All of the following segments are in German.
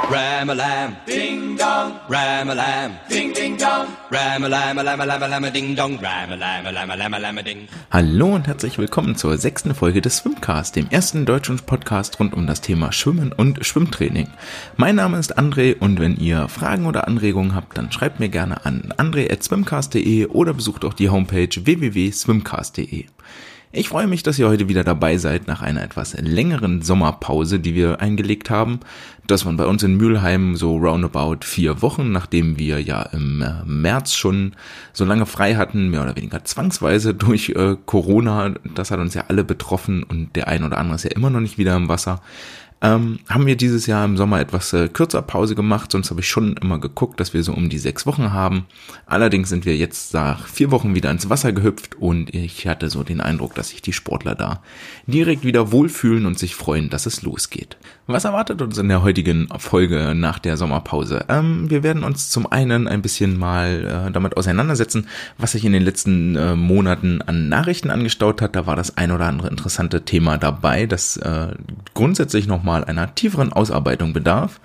Ram-a-lam, ding-dong, Ram-a-lam, ding-ding-dong, Ram-a-lam-a-lam-a-lam-a-lam-a-ding-dong, Ram-a-lam-a-lam-a-lam-a-lam-a-ding. Hallo und herzlich willkommen zur 6. Folge des Swimcast, dem ersten deutschen Podcast rund um das Thema Schwimmen und Schwimmtraining. Mein Name ist André und wenn ihr Fragen oder Anregungen habt, dann schreibt mir gerne an andre@swimcast.de oder besucht auch die Homepage www.swimcast.de. Ich freue mich, dass ihr heute wieder dabei seid nach einer etwas längeren Sommerpause, die wir eingelegt haben. Das waren bei uns in Mülheim so roundabout 4 Wochen, nachdem wir ja im März schon so lange frei hatten, mehr oder weniger zwangsweise durch Corona. Das hat uns ja alle betroffen und der ein oder andere ist ja immer noch nicht wieder im Wasser. Haben wir dieses Jahr im Sommer etwas kürzer Pause gemacht, sonst habe ich schon immer geguckt, dass wir so um die 6 Wochen haben. Allerdings sind wir jetzt nach 4 Wochen wieder ins Wasser gehüpft und ich hatte so den Eindruck, dass sich die Sportler da direkt wieder wohlfühlen und sich freuen, dass es losgeht. Was erwartet uns in der heutigen Folge nach der Sommerpause? Wir werden uns zum einen ein bisschen mal damit auseinandersetzen, was sich in den letzten Monaten an Nachrichten angestaut hat. Da war das ein oder andere interessante Thema dabei, das grundsätzlich nochmal einer tieferen Ausarbeitung bedarf.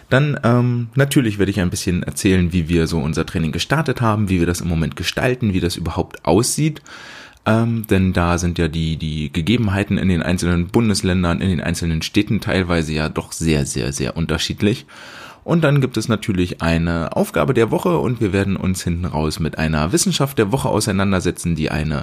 Dann natürlich werde ich ein bisschen erzählen, wie wir so unser Training gestartet haben, wie wir das im Moment gestalten, wie das überhaupt aussieht. Denn da sind ja die Gegebenheiten in den einzelnen Bundesländern, in den einzelnen Städten teilweise ja doch sehr, sehr, sehr unterschiedlich. Und dann gibt es natürlich eine Aufgabe der Woche und wir werden uns hinten raus mit einer Wissenschaft der Woche auseinandersetzen, die eine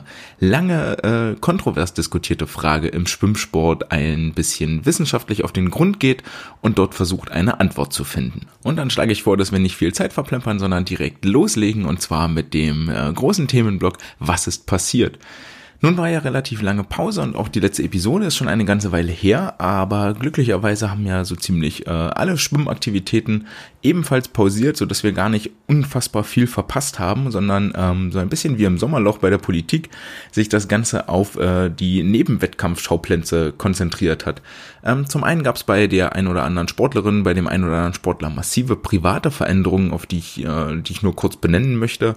lange, kontrovers diskutierte Frage im Schwimmsport ein bisschen wissenschaftlich auf den Grund geht und dort versucht, eine Antwort zu finden. Und dann schlage ich vor, dass wir nicht viel Zeit verplempern, sondern direkt loslegen und zwar mit dem großen Themenblock, was ist passiert? Nun war ja relativ lange Pause und auch die letzte Episode ist schon eine ganze Weile her, aber glücklicherweise haben ja so ziemlich alle Schwimmaktivitäten ebenfalls pausiert, sodass wir gar nicht unfassbar viel verpasst haben, sondern so ein bisschen wie im Sommerloch bei der Politik sich das Ganze auf die Nebenwettkampfschauplätze konzentriert hat. Zum einen gab es bei der ein oder anderen Sportlerin, bei dem einen oder anderen Sportler massive private Veränderungen, auf die ich nur kurz benennen möchte.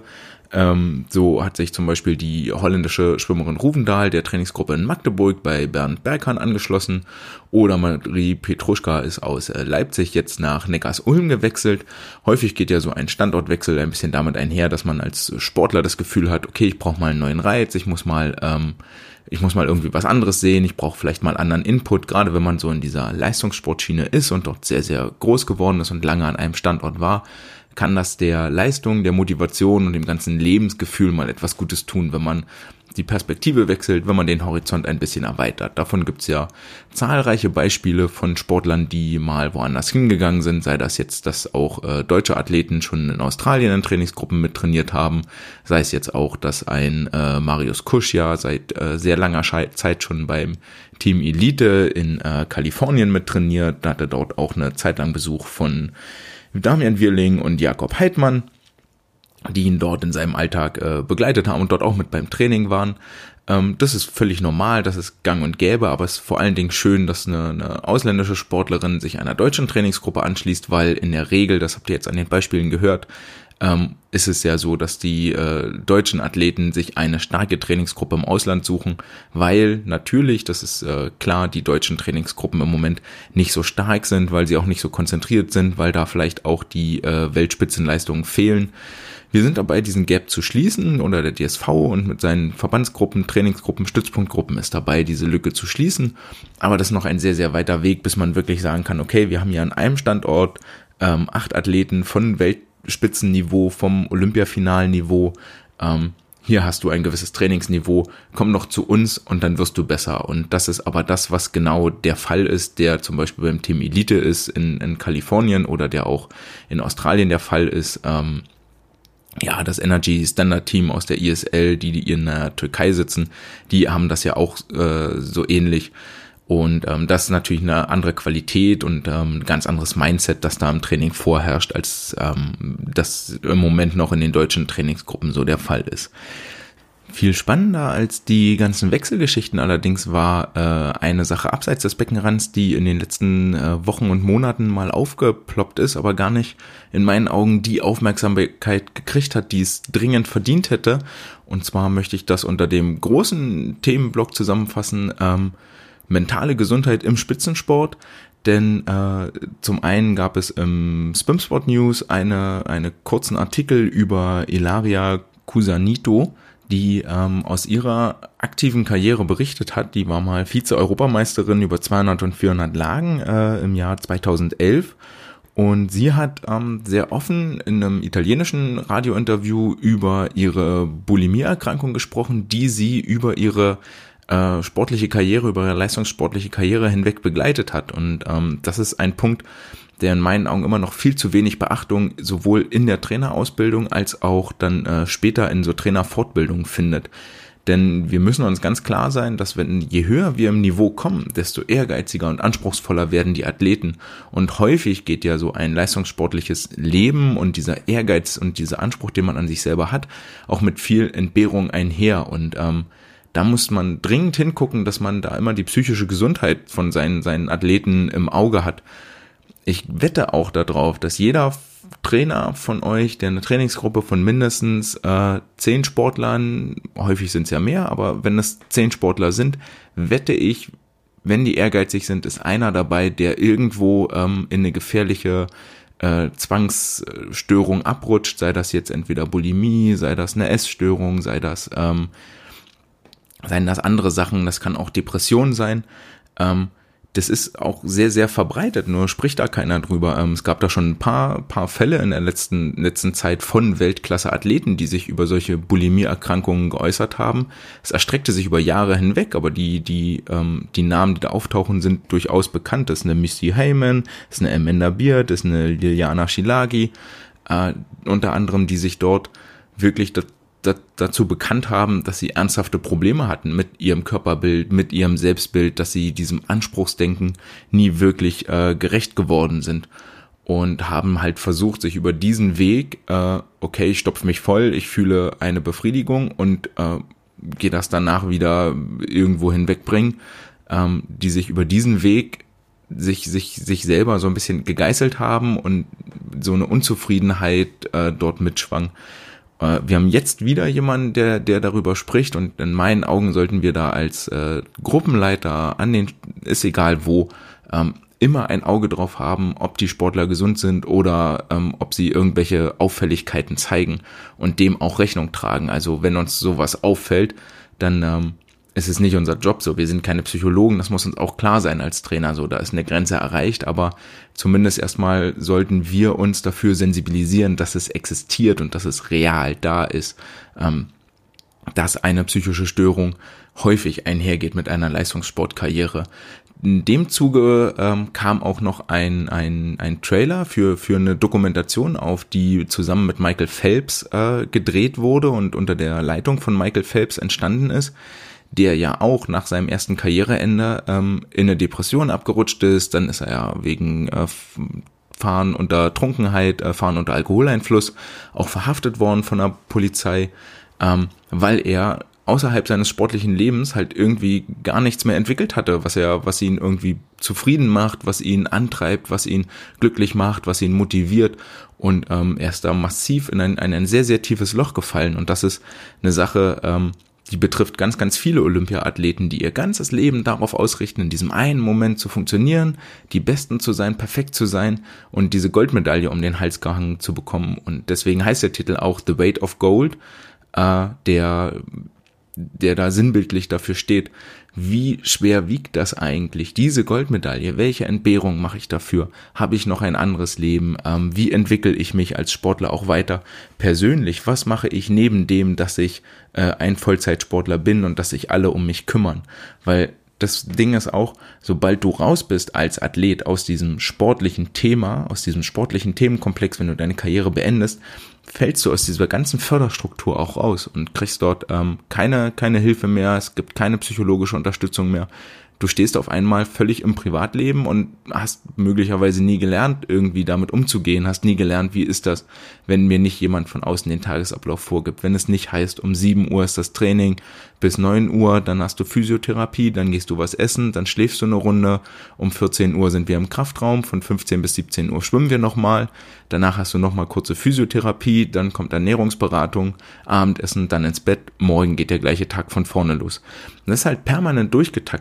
So hat sich zum Beispiel die holländische Schwimmerin Ruvendahl der Trainingsgruppe in Magdeburg bei Bernd Berghahn angeschlossen oder Marie Petruschka ist aus Leipzig jetzt nach Neckars-Ulm gewechselt. Häufig geht ja so ein Standortwechsel ein bisschen damit einher, dass man als Sportler das Gefühl hat, okay, ich brauche mal einen neuen Reiz, ich muss mal irgendwie was anderes sehen, ich brauche vielleicht mal anderen Input, gerade wenn man so in dieser Leistungssportschiene ist und dort sehr, sehr groß geworden ist und lange an einem Standort war, kann das der Leistung, der Motivation und dem ganzen Lebensgefühl mal etwas Gutes tun, wenn man die Perspektive wechselt, wenn man den Horizont ein bisschen erweitert. Davon gibt's ja zahlreiche Beispiele von Sportlern, die mal woanders hingegangen sind, sei das jetzt, dass auch deutsche Athleten schon in Australien in Trainingsgruppen mittrainiert haben, sei es jetzt auch, dass ein Marius Kusch ja seit sehr langer Zeit schon beim Team Elite in Kalifornien mittrainiert, hatte dort auch eine Zeit lang Besuch von Damian Wirling und Jakob Heidmann, die ihn dort in seinem Alltag begleitet haben und dort auch mit beim Training waren. Das ist völlig normal, das ist gang und gäbe, aber es ist vor allen Dingen schön, dass eine ausländische Sportlerin sich einer deutschen Trainingsgruppe anschließt, weil in der Regel, das habt ihr jetzt an den Beispielen gehört, ist es ja so, dass die deutschen Athleten sich eine starke Trainingsgruppe im Ausland suchen, weil natürlich, das ist klar, die deutschen Trainingsgruppen im Moment nicht so stark sind, weil sie auch nicht so konzentriert sind, weil da vielleicht auch die Weltspitzenleistungen fehlen. Wir sind dabei, diesen Gap zu schließen oder der DSV und mit seinen Verbandsgruppen, Trainingsgruppen, Stützpunktgruppen ist dabei, diese Lücke zu schließen. Aber das ist noch ein sehr, sehr weiter Weg, bis man wirklich sagen kann, okay, wir haben hier an einem Standort 8 Athleten von Weltspitzenniveau, vom Olympiafinalniveau. Hier hast du ein gewisses Trainingsniveau, komm noch zu uns und dann wirst du besser. Und das ist aber das, was genau der Fall ist, der zum Beispiel beim Team Elite ist in Kalifornien oder der auch in Australien der Fall ist. Das Energy Standard Team aus der ISL, die in der Türkei sitzen, die haben das ja auch so ähnlich. Und das ist natürlich eine andere Qualität und ein ganz anderes Mindset, das da im Training vorherrscht, als das im Moment noch in den deutschen Trainingsgruppen so der Fall ist. Viel spannender als die ganzen Wechselgeschichten allerdings war eine Sache abseits des Beckenrands, die in den letzten Wochen und Monaten mal aufgeploppt ist, aber gar nicht in meinen Augen die Aufmerksamkeit gekriegt hat, die es dringend verdient hätte. Und zwar möchte ich das unter dem großen Themenblock zusammenfassen, mentale Gesundheit im Spitzensport. denn zum einen gab es im Swimsport News eine kurzen Artikel über Ilaria Cusanito, die aus ihrer aktiven Karriere berichtet hat. Die war mal Vize-Europameisterin über 200 und 400 Lagen im Jahr 2011. Und sie hat sehr offen in einem italienischen Radiointerview über ihre Bulimie-Erkrankung gesprochen, die sie über ihre sportliche Karriere, über ihre leistungssportliche Karriere hinweg begleitet hat. Und das ist ein Punkt, der in meinen Augen immer noch viel zu wenig Beachtung sowohl in der Trainerausbildung als auch dann später in so Trainerfortbildungen findet. Denn wir müssen uns ganz klar sein, dass je höher wir im Niveau kommen, desto ehrgeiziger und anspruchsvoller werden die Athleten. Und häufig geht ja so ein leistungssportliches Leben und dieser Ehrgeiz und dieser Anspruch, den man an sich selber hat, auch mit viel Entbehrung einher. Und da muss man dringend hingucken, dass man da immer die psychische Gesundheit von seinen Athleten im Auge hat. Ich wette auch darauf, dass jeder Trainer von euch, der eine Trainingsgruppe von mindestens 10 Sportlern, häufig sind es ja mehr, aber wenn es 10 Sportler sind, wette ich, wenn die ehrgeizig sind, ist einer dabei, der irgendwo in eine gefährliche Zwangsstörung abrutscht, sei das jetzt entweder Bulimie, sei das eine Essstörung, seien das andere Sachen, das kann auch Depression sein. Das ist auch sehr, sehr verbreitet, nur spricht da keiner drüber. Es gab da schon ein paar Fälle in der letzten Zeit von Weltklasse-Athleten, die sich über solche Bulimie-Erkrankungen geäußert haben. Es erstreckte sich über Jahre hinweg, aber die Namen, die da auftauchen, sind durchaus bekannt. Das ist eine Missy Heyman, das ist eine Amanda Beard, das ist eine Liliana Shilagi, unter anderem, die sich dort wirklich dazu bekannt haben, dass sie ernsthafte Probleme hatten mit ihrem Körperbild, mit ihrem Selbstbild, dass sie diesem Anspruchsdenken nie wirklich gerecht geworden sind und haben halt versucht, sich über diesen Weg, okay, ich stopfe mich voll, ich fühle eine Befriedigung und gehe das danach wieder irgendwo hinwegbringen, die sich über diesen Weg sich selber so ein bisschen gegeißelt haben und so eine Unzufriedenheit dort mitschwang. Wir haben jetzt wieder jemanden, der darüber spricht und in meinen Augen sollten wir da als Gruppenleiter ist egal wo, immer ein Auge drauf haben, ob die Sportler gesund sind oder ob sie irgendwelche Auffälligkeiten zeigen und dem auch Rechnung tragen. Also wenn uns sowas auffällt, dann ist es nicht unser Job so. Wir sind keine Psychologen, das muss uns auch klar sein als Trainer so. Da ist eine Grenze erreicht, aber zumindest erstmal sollten wir uns dafür sensibilisieren, dass es existiert und dass es real da ist, dass eine psychische Störung häufig einhergeht mit einer Leistungssportkarriere. In dem Zuge kam auch noch ein Trailer für eine Dokumentation auf, die zusammen mit Michael Phelps gedreht wurde und unter der Leitung von Michael Phelps entstanden ist, der ja auch nach seinem ersten Karriereende in eine Depression abgerutscht ist. Dann ist er ja wegen Fahren unter Trunkenheit, Fahren unter Alkoholeinfluss auch verhaftet worden von der Polizei, weil er außerhalb seines sportlichen Lebens halt irgendwie gar nichts mehr entwickelt hatte, was ihn irgendwie zufrieden macht, was ihn antreibt, was ihn glücklich macht, was ihn motiviert. Und er ist da massiv in ein sehr, sehr tiefes Loch gefallen. Und das ist eine Sache, die betrifft ganz, ganz viele Olympiaathleten, die ihr ganzes Leben darauf ausrichten, in diesem einen Moment zu funktionieren, die Besten zu sein, perfekt zu sein und diese Goldmedaille um den Hals gehangen zu bekommen. Und deswegen heißt der Titel auch The Weight of Gold, der da sinnbildlich dafür steht, wie schwer wiegt das eigentlich, diese Goldmedaille, welche Entbehrung mache ich dafür, habe ich noch ein anderes Leben, wie entwickle ich mich als Sportler auch weiter persönlich, was mache ich neben dem, dass ich ein Vollzeitsportler bin und dass sich alle um mich kümmern, weil das Ding ist auch, sobald du raus bist als Athlet aus diesem sportlichen Thema, aus diesem sportlichen Themenkomplex, wenn du deine Karriere beendest, fällst du aus dieser ganzen Förderstruktur auch raus und kriegst dort keine Hilfe mehr, es gibt keine psychologische Unterstützung mehr. Du stehst auf einmal völlig im Privatleben und hast möglicherweise nie gelernt, irgendwie damit umzugehen, hast nie gelernt, wie ist das, wenn mir nicht jemand von außen den Tagesablauf vorgibt, wenn es nicht heißt, um 7 Uhr ist das Training, bis 9 Uhr, dann hast du Physiotherapie, dann gehst du was essen, dann schläfst du eine Runde, um 14 Uhr sind wir im Kraftraum, von 15 bis 17 Uhr schwimmen wir nochmal, danach hast du nochmal kurze Physiotherapie, dann kommt Ernährungsberatung, Abendessen, dann ins Bett, morgen geht der gleiche Tag von vorne los. Und das ist halt permanent durchgetaktet bei diesen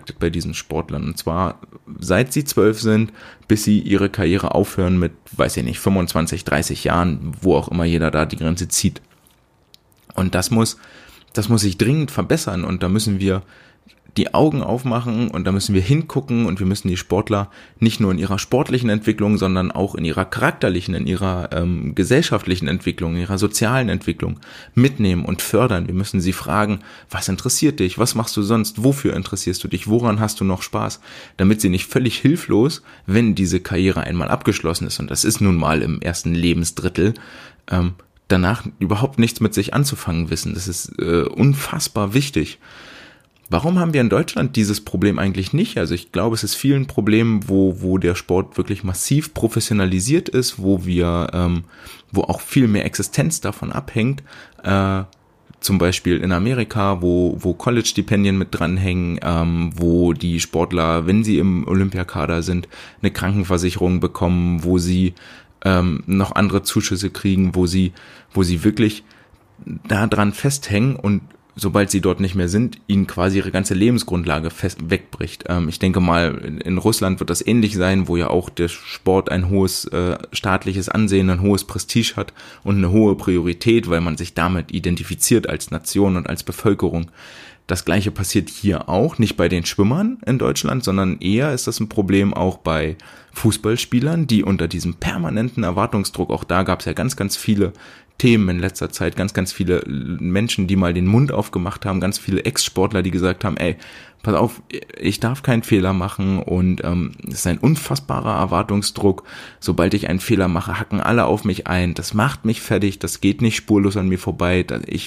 diesen Sportlern. Und zwar seit sie 12 sind, bis sie ihre Karriere aufhören mit, weiß ich nicht, 25, 30 Jahren, wo auch immer jeder da die Grenze zieht. Und das muss sich dringend verbessern und da müssen wir die Augen aufmachen und da müssen wir hingucken und wir müssen die Sportler nicht nur in ihrer sportlichen Entwicklung, sondern auch in ihrer charakterlichen, in ihrer gesellschaftlichen Entwicklung, in ihrer sozialen Entwicklung mitnehmen und fördern. Wir müssen sie fragen, was interessiert dich, was machst du sonst, wofür interessierst du dich, woran hast du noch Spaß, damit sie nicht völlig hilflos, wenn diese Karriere einmal abgeschlossen ist, und das ist nun mal im ersten Lebensdrittel, danach überhaupt nichts mit sich anzufangen wissen. Das ist unfassbar wichtig. Warum haben wir in Deutschland dieses Problem eigentlich nicht? Also ich glaube, es ist vielen Problemen, wo der Sport wirklich massiv professionalisiert ist, wo auch viel mehr Existenz davon abhängt. Zum Beispiel in Amerika, wo College-Stipendien mit dranhängen, wo die Sportler, wenn sie im Olympiakader sind, eine Krankenversicherung bekommen, wo sie noch andere Zuschüsse kriegen, wo sie wirklich da dran festhängen und sobald sie dort nicht mehr sind, ihnen quasi ihre ganze Lebensgrundlage wegbricht. Ich denke mal, in Russland wird das ähnlich sein, wo ja auch der Sport ein hohes staatliches Ansehen, ein hohes Prestige hat und eine hohe Priorität, weil man sich damit identifiziert als Nation und als Bevölkerung. Das Gleiche passiert hier auch, nicht bei den Schwimmern in Deutschland, sondern eher ist das ein Problem auch bei Fußballspielern, die unter diesem permanenten Erwartungsdruck, auch da gab es ja ganz, ganz viele Themen in letzter Zeit, ganz, ganz viele Menschen, die mal den Mund aufgemacht haben, ganz viele Ex-Sportler, die gesagt haben, ey, pass auf, ich darf keinen Fehler machen und es ist ein unfassbarer Erwartungsdruck. Sobald ich einen Fehler mache, hacken alle auf mich ein. Das macht mich fertig, das geht nicht spurlos an mir vorbei.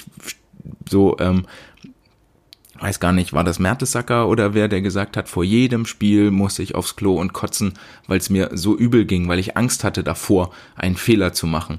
Weiß gar nicht, war das Mertesacker oder wer, der gesagt hat, vor jedem Spiel musste ich aufs Klo und kotzen, weil es mir so übel ging, weil ich Angst hatte davor, einen Fehler zu machen.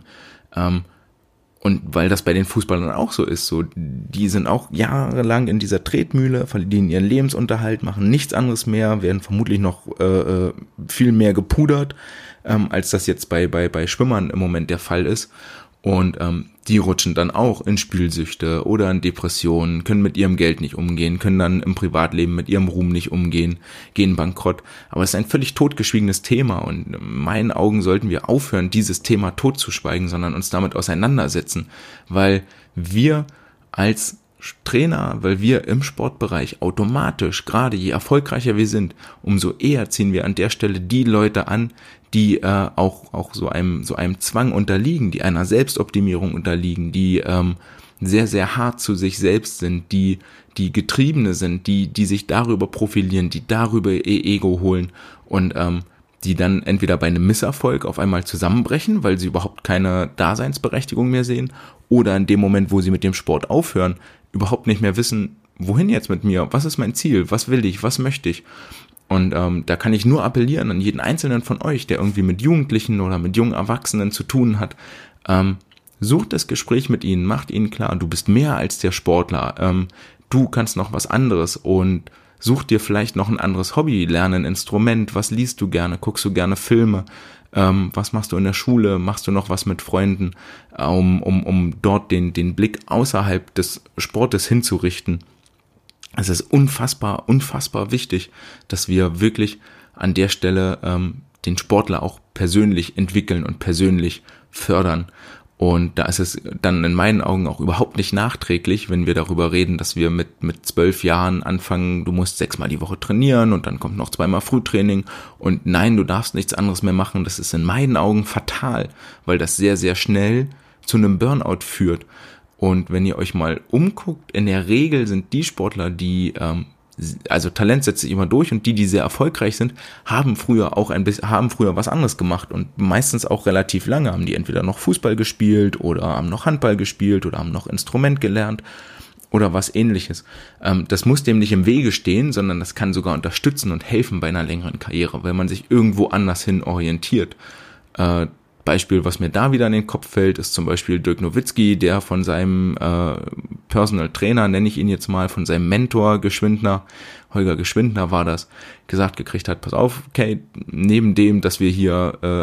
Und weil das bei den Fußballern auch so ist, so, die sind auch jahrelang in dieser Tretmühle, verdienen ihren Lebensunterhalt, machen nichts anderes mehr, werden vermutlich noch viel mehr gepudert, als das jetzt bei Schwimmern im Moment der Fall ist. Und die rutschen dann auch in Spielsüchte oder in Depressionen, können mit ihrem Geld nicht umgehen, können dann im Privatleben mit ihrem Ruhm nicht umgehen, gehen bankrott. Aber es ist ein völlig totgeschwiegenes Thema und in meinen Augen sollten wir aufhören, dieses Thema totzuschweigen, sondern uns damit auseinandersetzen, weil wir als Trainer, weil wir im Sportbereich automatisch, gerade je erfolgreicher wir sind, umso eher ziehen wir an der Stelle die Leute an, die auch so einem Zwang unterliegen, die einer Selbstoptimierung unterliegen, die sehr, sehr hart zu sich selbst sind, die Getriebene sind, die sich darüber profilieren, die darüber ihr Ego holen und die dann entweder bei einem Misserfolg auf einmal zusammenbrechen, weil sie überhaupt keine Daseinsberechtigung mehr sehen, oder in dem Moment, wo sie mit dem Sport aufhören, überhaupt nicht mehr wissen, wohin jetzt mit mir, was ist mein Ziel, was will ich, was möchte ich. Und da kann ich nur appellieren an jeden Einzelnen von euch, der irgendwie mit Jugendlichen oder mit jungen Erwachsenen zu tun hat, sucht das Gespräch mit ihnen, macht ihnen klar, du bist mehr als der Sportler, du kannst noch was anderes und such dir vielleicht noch ein anderes Hobby, lerne ein Instrument, was liest du gerne, guckst du gerne Filme, was machst du in der Schule, machst du noch was mit Freunden, um dort den Blick außerhalb des Sportes hinzurichten. Es ist unfassbar, unfassbar wichtig, dass wir wirklich an der Stelle den Sportler auch persönlich entwickeln und persönlich fördern. Und da ist es dann in meinen Augen auch überhaupt nicht nachträglich, wenn wir darüber reden, dass wir mit 12 Jahren anfangen, du musst 6-mal die Woche trainieren und dann kommt noch 2-mal Frühtraining und nein, du darfst nichts anderes mehr machen. Das ist in meinen Augen fatal, weil das sehr, sehr schnell zu einem Burnout führt. Und wenn ihr euch mal umguckt, in der Regel sind die Sportler, die, also Talent setzt sich immer durch und die sehr erfolgreich sind, haben früher was anderes gemacht und meistens auch relativ lange haben die entweder noch Fußball gespielt oder haben noch Handball gespielt oder haben noch Instrument gelernt oder was Ähnliches. Das muss dem nicht im Wege stehen, sondern das kann sogar unterstützen und helfen bei einer längeren Karriere, weil man sich irgendwo anders hin orientiert. Beispiel, was mir da wieder in den Kopf fällt, ist zum Beispiel Dirk Nowitzki, der von seinem Personal Trainer, nenne ich ihn jetzt mal, von seinem Mentor Holger Geschwindner war das, gesagt gekriegt hat, pass auf, okay, neben dem, dass wir hier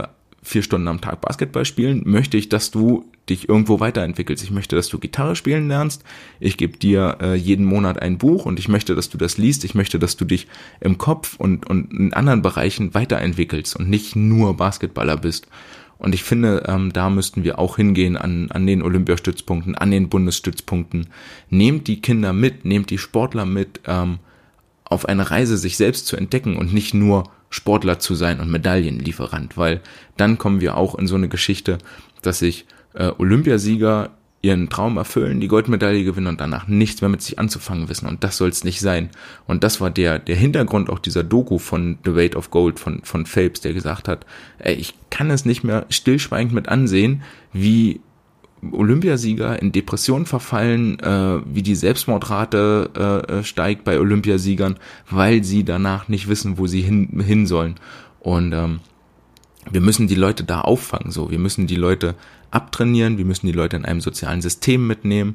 4 Stunden am Tag Basketball spielen, möchte ich, dass du dich irgendwo weiterentwickelst. Ich möchte, dass du Gitarre spielen lernst. Ich gebe dir jeden Monat ein Buch und ich möchte, dass du das liest. Ich möchte, dass du dich im Kopf und in anderen Bereichen weiterentwickelst und nicht nur Basketballer bist. Und ich finde, da müssten wir auch hingehen an den Olympiastützpunkten, an den Bundesstützpunkten. Nehmt die Kinder mit, nehmt die Sportler mit, auf eine Reise, sich selbst zu entdecken und nicht nur Sportler zu sein und Medaillenlieferant, weil dann kommen wir auch in so eine Geschichte, dass sich Olympiasieger ihren Traum erfüllen, die Goldmedaille gewinnen und danach nichts mehr mit sich anzufangen wissen, und das soll es nicht sein. Und das war der Hintergrund auch dieser Doku von The Weight of Gold von Phelps, der gesagt hat, ich kann es nicht mehr stillschweigend mit ansehen, wie Olympiasieger in Depressionen verfallen, wie die Selbstmordrate steigt bei Olympiasiegern, weil sie danach nicht wissen, wo sie hin sollen. Und wir müssen die Leute da auffangen, so. Wir müssen die Leute abtrainieren, wir müssen die Leute in einem sozialen System mitnehmen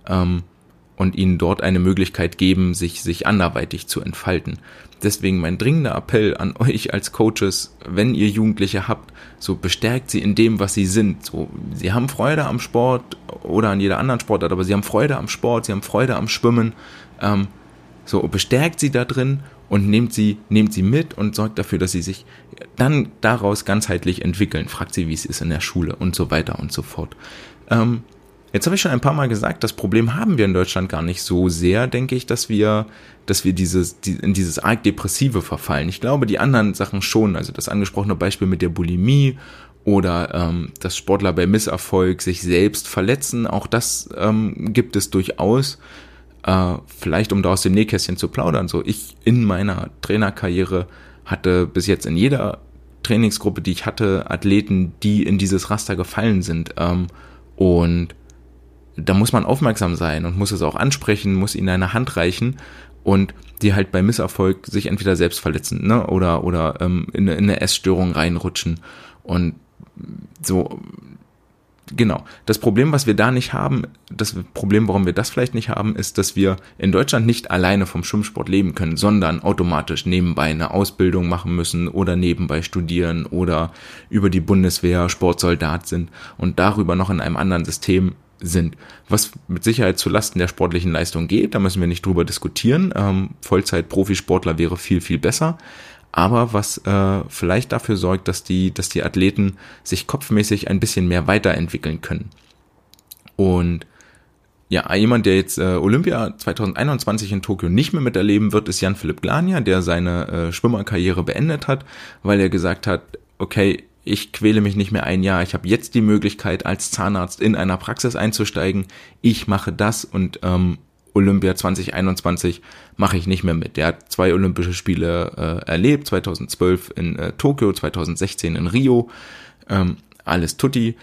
und ihnen dort eine Möglichkeit geben, sich anderweitig zu entfalten. Deswegen mein dringender Appell an euch als Coaches, wenn ihr Jugendliche habt, so bestärkt sie in dem, was sie sind. So, sie haben Freude am Sport oder an jeder anderen Sportart, aber sie haben Freude am Sport, sie haben Freude am Schwimmen. So, bestärkt sie da drin und nehmt sie mit und sorgt dafür, dass sie sich dann daraus ganzheitlich entwickeln. Fragt sie, wie es ist in der Schule und so weiter und so fort. Jetzt habe ich schon ein paar Mal gesagt, das Problem haben wir in Deutschland gar nicht so sehr, denke ich, dass wir in dieses arg Depressive verfallen. Ich glaube, die anderen Sachen schon, also das angesprochene Beispiel mit der Bulimie oder dass Sportler bei Misserfolg sich selbst verletzen, auch das gibt es durchaus. Vielleicht, um da aus dem Nähkästchen zu plaudern, so ich in meiner Trainerkarriere hatte bis jetzt in jeder Trainingsgruppe, die ich hatte, Athleten, die in dieses Raster gefallen sind, und da muss man aufmerksam sein und muss es auch ansprechen, muss ihnen eine Hand reichen und die halt bei Misserfolg sich entweder selbst verletzen, ne, oder in eine Essstörung reinrutschen. Und so, genau. Das Problem, was wir da nicht haben, das Problem, warum wir das vielleicht nicht haben, ist, dass wir in Deutschland nicht alleine vom Schwimmsport leben können, sondern automatisch nebenbei eine Ausbildung machen müssen oder nebenbei studieren oder über die Bundeswehr Sportsoldat sind und darüber noch in einem anderen System sind, was mit Sicherheit zu Lasten der sportlichen Leistung geht, da müssen wir nicht drüber diskutieren. Vollzeit-Profisportler wäre viel, viel besser, aber was vielleicht dafür sorgt, dass die Athleten sich kopfmäßig ein bisschen mehr weiterentwickeln können. Und ja, jemand, der jetzt Olympia 2021 in Tokio nicht mehr miterleben wird, ist Jan-Philipp Glania, der seine Schwimmerkarriere beendet hat, weil er gesagt hat, okay, ich quäle mich nicht mehr ein Jahr, ich habe jetzt die Möglichkeit, als Zahnarzt in einer Praxis einzusteigen, ich mache das und Olympia 2021 mache ich nicht mehr mit. Der hat 2 Olympische Spiele erlebt, 2012 in Tokio, 2016 in Rio, alles tutti.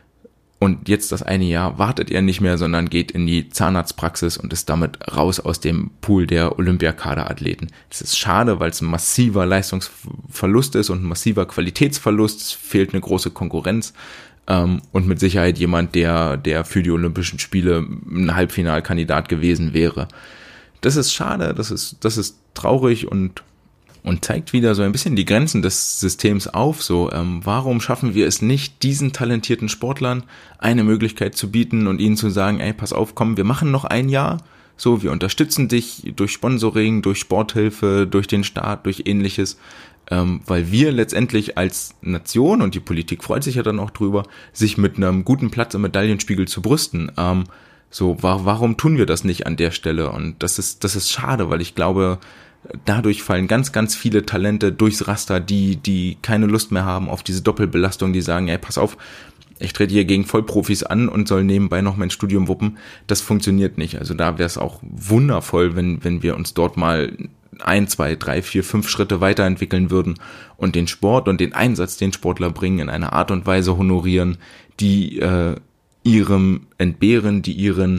Und jetzt das eine Jahr wartet er nicht mehr, sondern geht in die Zahnarztpraxis und ist damit raus aus dem Pool der Olympiakaderathleten. Das ist schade, weil es ein massiver Leistungsverlust ist und ein massiver Qualitätsverlust. Es fehlt eine große Konkurrenz und mit Sicherheit jemand, der für die Olympischen Spiele ein Halbfinalkandidat gewesen wäre. Das ist schade, das ist traurig und zeigt wieder so ein bisschen die Grenzen des Systems auf. So, warum schaffen wir es nicht, diesen talentierten Sportlern eine Möglichkeit zu bieten und ihnen zu sagen, ey, pass auf, komm, wir machen noch ein Jahr. So, wir unterstützen dich durch Sponsoring, durch Sporthilfe, durch den Staat, durch Ähnliches, weil wir letztendlich als Nation, und die Politik freut sich ja dann auch drüber, sich mit einem guten Platz im Medaillenspiegel zu brüsten. So, warum tun wir das nicht an der Stelle? Und das ist schade, weil ich glaube, dadurch fallen ganz, ganz viele Talente durchs Raster, die keine Lust mehr haben auf diese Doppelbelastung, die sagen, ey, pass auf, ich trete hier gegen Vollprofis an und soll nebenbei noch mein Studium wuppen. Das funktioniert nicht. Also da wäre es auch wundervoll, wenn wir uns dort mal 1, 2, 3, 4, 5 Schritte weiterentwickeln würden und den Sport und den Einsatz, den Sportler bringen, in einer Art und Weise honorieren, die ihrem entbehren, die ihren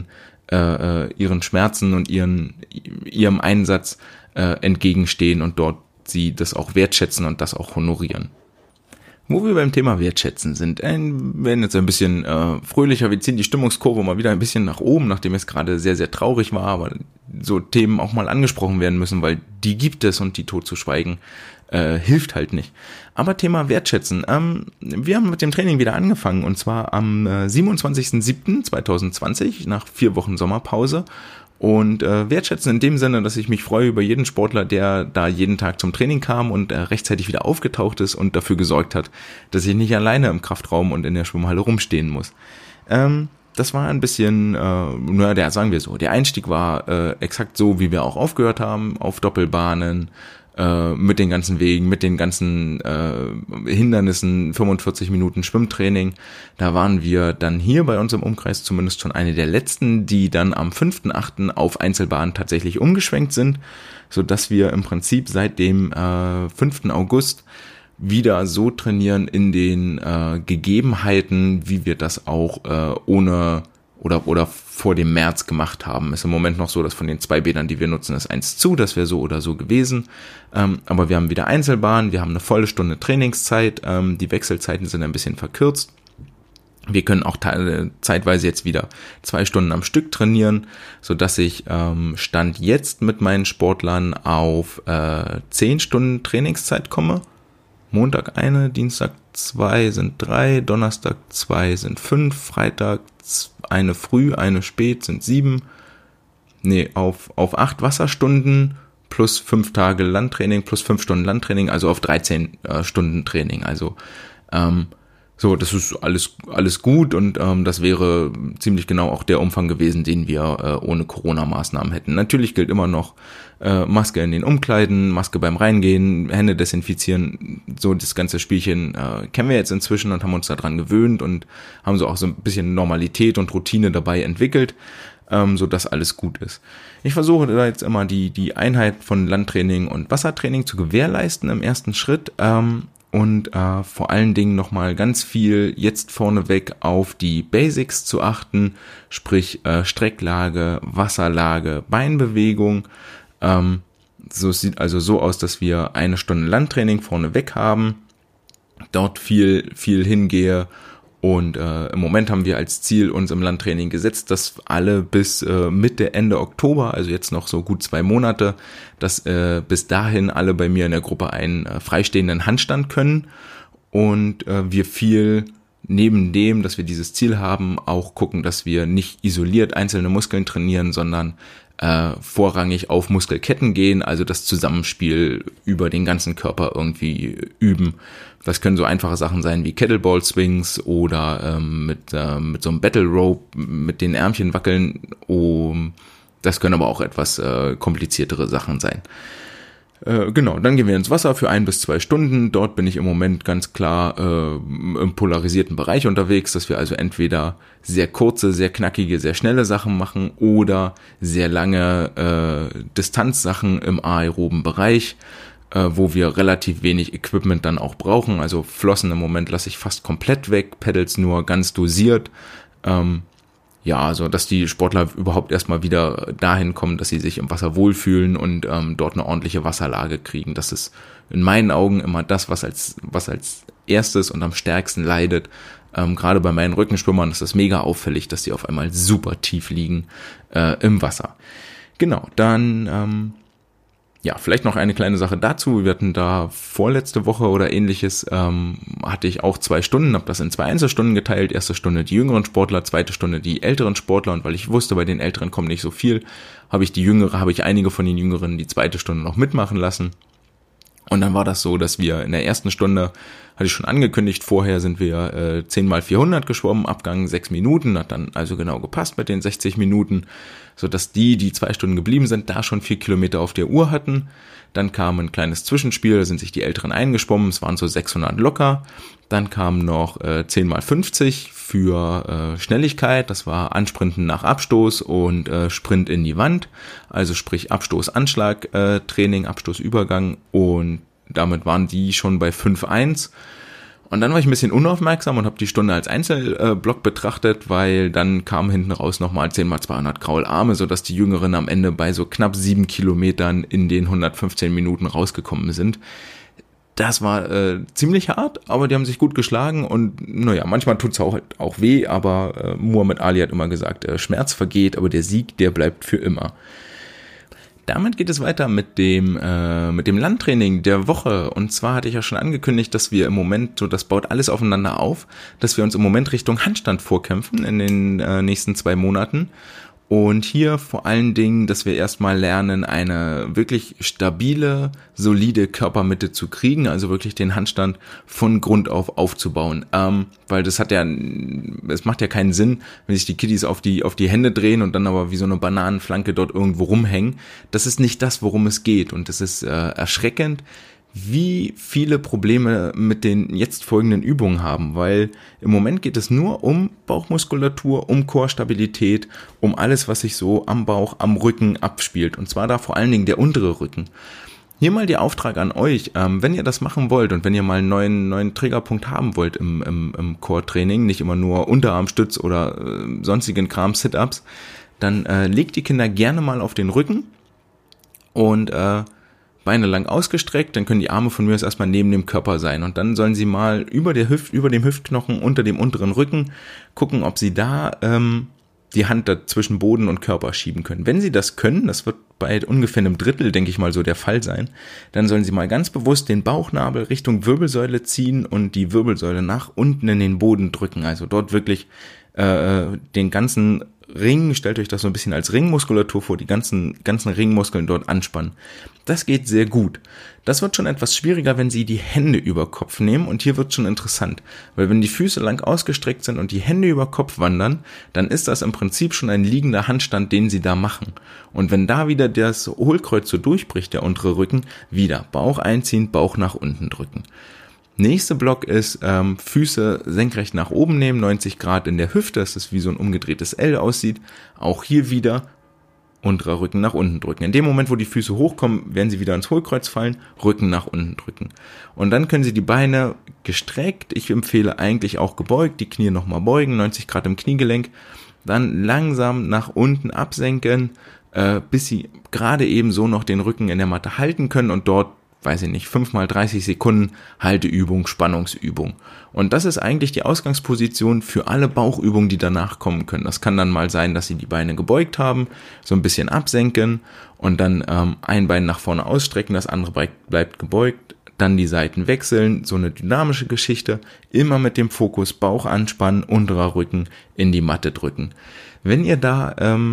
Schmerzen und ihrem Einsatz entgegenstehen und dort sie das auch wertschätzen und das auch honorieren. Wo wir beim Thema Wertschätzen sind, werden jetzt ein bisschen fröhlicher, wir ziehen die Stimmungskurve mal wieder ein bisschen nach oben, nachdem es gerade sehr, sehr traurig war, aber so Themen auch mal angesprochen werden müssen, weil die gibt es und die totzuschweigen, hilft halt nicht. Aber Thema Wertschätzen. Wir haben mit dem Training wieder angefangen und zwar am 27.07.2020 nach 4 Wochen Sommerpause. Und wertschätzen in dem Sinne, dass ich mich freue über jeden Sportler, der da jeden Tag zum Training kam und rechtzeitig wieder aufgetaucht ist und dafür gesorgt hat, dass ich nicht alleine im Kraftraum und in der Schwimmhalle rumstehen muss. Das war ein bisschen, sagen wir so, der Einstieg war exakt so, wie wir auch aufgehört haben, auf Doppelbahnen, mit den ganzen Wegen, mit den ganzen Hindernissen, 45 Minuten Schwimmtraining. Da waren wir dann hier bei uns im Umkreis zumindest schon eine der letzten, die dann am 5.8. auf Einzelbahnen tatsächlich umgeschwenkt sind, sodass wir im Prinzip seit dem 5. August wieder so trainieren in den Gegebenheiten, wie wir das auch ohne oder vor dem März gemacht haben. Ist im Moment noch so, dass von den 2 Bädern, die wir nutzen, ist 1 zu, das wäre so oder so gewesen. Aber wir haben wieder Einzelbahnen, wir haben eine volle Stunde Trainingszeit, die Wechselzeiten sind ein bisschen verkürzt. Wir können auch zeitweise jetzt wieder 2 Stunden am Stück trainieren, sodass ich Stand jetzt mit meinen Sportlern auf 10 Stunden Trainingszeit komme. Montag 1, Dienstag 2 sind 3, Donnerstag 2 sind 5, Freitag 1 früh, 1 spät sind 7. Auf 8 Wasserstunden plus 5 Tage Landtraining plus 5 Stunden Landtraining, also auf 13 Stunden Training. Also so, das ist alles gut und das wäre ziemlich genau auch der Umfang gewesen, den wir ohne Corona-Maßnahmen hätten. Natürlich gilt immer noch Maske in den Umkleiden, Maske beim Reingehen, Hände desinfizieren, so das ganze Spielchen kennen wir jetzt inzwischen und haben uns daran gewöhnt und haben so auch so ein bisschen Normalität und Routine dabei entwickelt, so dass alles gut ist. Ich versuche da jetzt immer die Einheit von Landtraining und Wassertraining zu gewährleisten im ersten Schritt, und vor allen Dingen nochmal ganz viel jetzt vorneweg auf die Basics zu achten, sprich Strecklage, Wasserlage, Beinbewegung. So sieht also so aus, dass wir 1 Stunde Landtraining vorneweg haben, dort viel hingehe und im Moment haben wir als Ziel uns im Landtraining gesetzt, dass alle bis Mitte, Ende Oktober, also jetzt noch so gut 2 Monate, dass bis dahin alle bei mir in der Gruppe einen freistehenden Handstand können und wir viel neben dem, dass wir dieses Ziel haben, auch gucken, dass wir nicht isoliert einzelne Muskeln trainieren, sondern vorrangig auf Muskelketten gehen, also das Zusammenspiel über den ganzen Körper irgendwie üben. Das können so einfache Sachen sein wie Kettlebell Swings oder mit so einem Battle Rope mit den Ärmchen wackeln. Das können aber auch etwas kompliziertere Sachen sein. Genau, dann gehen wir ins Wasser für 1 bis 2 Stunden. Dort bin ich im Moment ganz klar im polarisierten Bereich unterwegs, dass wir also entweder sehr kurze, sehr knackige, sehr schnelle Sachen machen oder sehr lange Distanzsachen im aeroben Bereich, wo wir relativ wenig Equipment dann auch brauchen. Also Flossen im Moment lasse ich fast komplett weg, Pedals nur ganz dosiert. Also dass die Sportler überhaupt erstmal wieder dahin kommen, dass sie sich im Wasser wohlfühlen und dort eine ordentliche Wasserlage kriegen. Das ist in meinen Augen immer das, was als erstes und am stärksten leidet. Gerade bei meinen Rückenschwimmern ist das mega auffällig, dass die auf einmal super tief liegen im Wasser. Genau, dann vielleicht noch eine kleine Sache dazu. Wir hatten da vorletzte Woche oder ähnliches, hatte ich auch 2 Stunden, habe das in 2 Einzelstunden geteilt. Erste Stunde die jüngeren Sportler, zweite Stunde die älteren Sportler. Und weil ich wusste, bei den Älteren kommt nicht so viel, habe ich einige von den Jüngeren die zweite Stunde noch mitmachen lassen. Und dann war das so, dass wir in der ersten Stunde, hatte ich schon angekündigt, vorher sind wir 10x400 geschwommen, Abgang 6 Minuten, hat dann also genau gepasst mit den 60 Minuten, sodass die 2 Stunden geblieben sind, da schon 4 Kilometer auf der Uhr hatten. Dann kam ein kleines Zwischenspiel, da sind sich die Älteren eingeschwommen, es waren so 600 locker. Dann kam noch 10x50 für Schnelligkeit, das war Ansprinten nach Abstoß und Sprint in die Wand, also sprich Abstoß-Anschlag Training, Abstoßübergang, und damit waren die schon bei 5:1. Und dann war ich ein bisschen unaufmerksam und habe die Stunde als Einzelblock betrachtet, weil dann kam hinten raus nochmal 10x200 Kraularme, sodass die Jüngeren am Ende bei so knapp 7 Kilometern in den 115 Minuten rausgekommen sind. Das war ziemlich hart, aber die haben sich gut geschlagen und manchmal tut's auch weh, aber Muhammad Ali hat immer gesagt, Schmerz vergeht, aber der Sieg, der bleibt für immer. Damit geht es weiter mit dem Landtraining der Woche. Und zwar hatte ich ja schon angekündigt, dass wir im Moment, so das baut alles aufeinander auf, dass wir uns im Moment Richtung Handstand vorkämpfen in den nächsten 2 Monaten. Und hier vor allen Dingen, dass wir erstmal lernen, eine wirklich stabile, solide Körpermitte zu kriegen, also wirklich den Handstand von Grund auf aufzubauen. Weil es macht ja keinen Sinn, wenn sich die Kiddies auf die Hände drehen und dann aber wie so eine Bananenflanke dort irgendwo rumhängen. Das ist nicht das, worum es geht. Und es ist erschreckend, wie viele Probleme mit den jetzt folgenden Übungen haben, weil im Moment geht es nur um Bauchmuskulatur, um Core-Stabilität, um alles, was sich so am Bauch, am Rücken abspielt, und zwar da vor allen Dingen der untere Rücken. Hier mal der Auftrag an euch, wenn ihr das machen wollt und wenn ihr mal einen neuen Trägerpunkt haben wollt im Core-Training, nicht immer nur Unterarmstütz oder sonstigen Kram, Sit-Ups, dann legt die Kinder gerne mal auf den Rücken und Beine lang ausgestreckt, dann können die Arme von mir aus erstmal neben dem Körper sein und dann sollen sie mal über dem Hüftknochen unter dem unteren Rücken gucken, ob sie da die Hand da zwischen Boden und Körper schieben können. Wenn sie das können, das wird bei ungefähr einem Drittel, denke ich mal, so der Fall sein, dann sollen sie mal ganz bewusst den Bauchnabel Richtung Wirbelsäule ziehen und die Wirbelsäule nach unten in den Boden drücken, also dort wirklich den ganzen Ring, stellt euch das so ein bisschen als Ringmuskulatur vor, die ganzen Ringmuskeln dort anspannen. Das geht sehr gut. Das wird schon etwas schwieriger, wenn Sie die Hände über Kopf nehmen, und hier wird schon interessant, weil wenn die Füße lang ausgestreckt sind und die Hände über Kopf wandern, dann ist das im Prinzip schon ein liegender Handstand, den Sie da machen. Und wenn da wieder das Hohlkreuz so durchbricht, der untere Rücken, wieder Bauch einziehen, Bauch nach unten drücken. Nächster Block ist Füße senkrecht nach oben nehmen, 90 Grad in der Hüfte, dass es wie so ein umgedrehtes L aussieht. Auch hier wieder unterer Rücken nach unten drücken. In dem Moment, wo die Füße hochkommen, werden sie wieder ins Hohlkreuz fallen, Rücken nach unten drücken. Und dann können Sie die Beine gestreckt, ich empfehle eigentlich auch gebeugt, die Knie nochmal beugen, 90 Grad im Kniegelenk, dann langsam nach unten absenken, bis Sie gerade eben so noch den Rücken in der Matte halten können und dort 5 mal 30 Sekunden Halteübung, Spannungsübung. Und das ist eigentlich die Ausgangsposition für alle Bauchübungen, die danach kommen können. Das kann dann mal sein, dass Sie die Beine gebeugt haben, so ein bisschen absenken und dann ein Bein nach vorne ausstrecken, das andere bleibt gebeugt, dann die Seiten wechseln, so eine dynamische Geschichte, immer mit dem Fokus Bauch anspannen, unterer Rücken in die Matte drücken. Wenn ihr da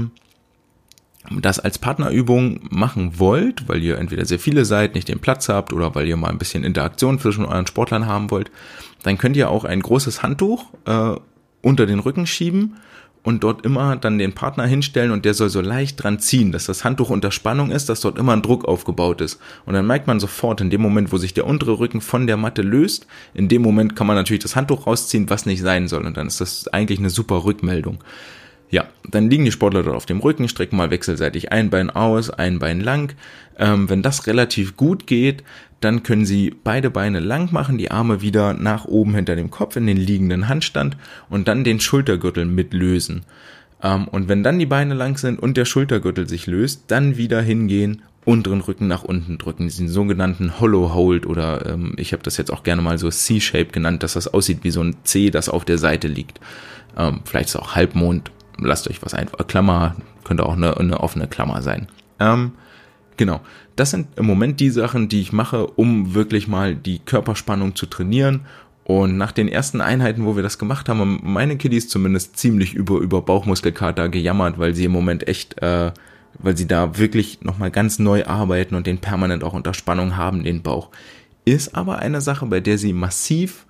das als Partnerübung machen wollt, weil ihr entweder sehr viele seid, nicht den Platz habt oder weil ihr mal ein bisschen Interaktion zwischen euren Sportlern haben wollt, dann könnt ihr auch ein großes Handtuch unter den Rücken schieben und dort immer dann den Partner hinstellen und der soll so leicht dran ziehen, dass das Handtuch unter Spannung ist, dass dort immer ein Druck aufgebaut ist. Und dann merkt man sofort, in dem Moment, wo sich der untere Rücken von der Matte löst, in dem Moment kann man natürlich das Handtuch rausziehen, was nicht sein soll, und dann ist das eigentlich eine super Rückmeldung. Ja, dann liegen die Sportler dort auf dem Rücken, strecken mal wechselseitig ein Bein aus, ein Bein lang. Wenn das relativ gut geht, dann können Sie beide Beine lang machen, die Arme wieder nach oben hinter dem Kopf in den liegenden Handstand und dann den Schultergürtel mitlösen. Und wenn dann die Beine lang sind und der Schultergürtel sich löst, dann wieder hingehen, unteren Rücken nach unten drücken, diesen sogenannten Hollow Hold, oder ich habe das jetzt auch gerne mal so C-Shape genannt, dass das aussieht wie so ein C, das auf der Seite liegt. Vielleicht ist es auch Halbmond. Lasst euch was einfach, Klammer, könnte auch eine offene Klammer sein. Genau, das sind im Moment die Sachen, die ich mache, um wirklich mal die Körperspannung zu trainieren. Und nach den ersten Einheiten, wo wir das gemacht haben, haben meine Kiddies zumindest ziemlich über Bauchmuskelkater gejammert, weil sie im Moment echt, weil sie da wirklich nochmal ganz neu arbeiten und den permanent auch unter Spannung haben, den Bauch. Ist aber eine Sache, von der sie massiv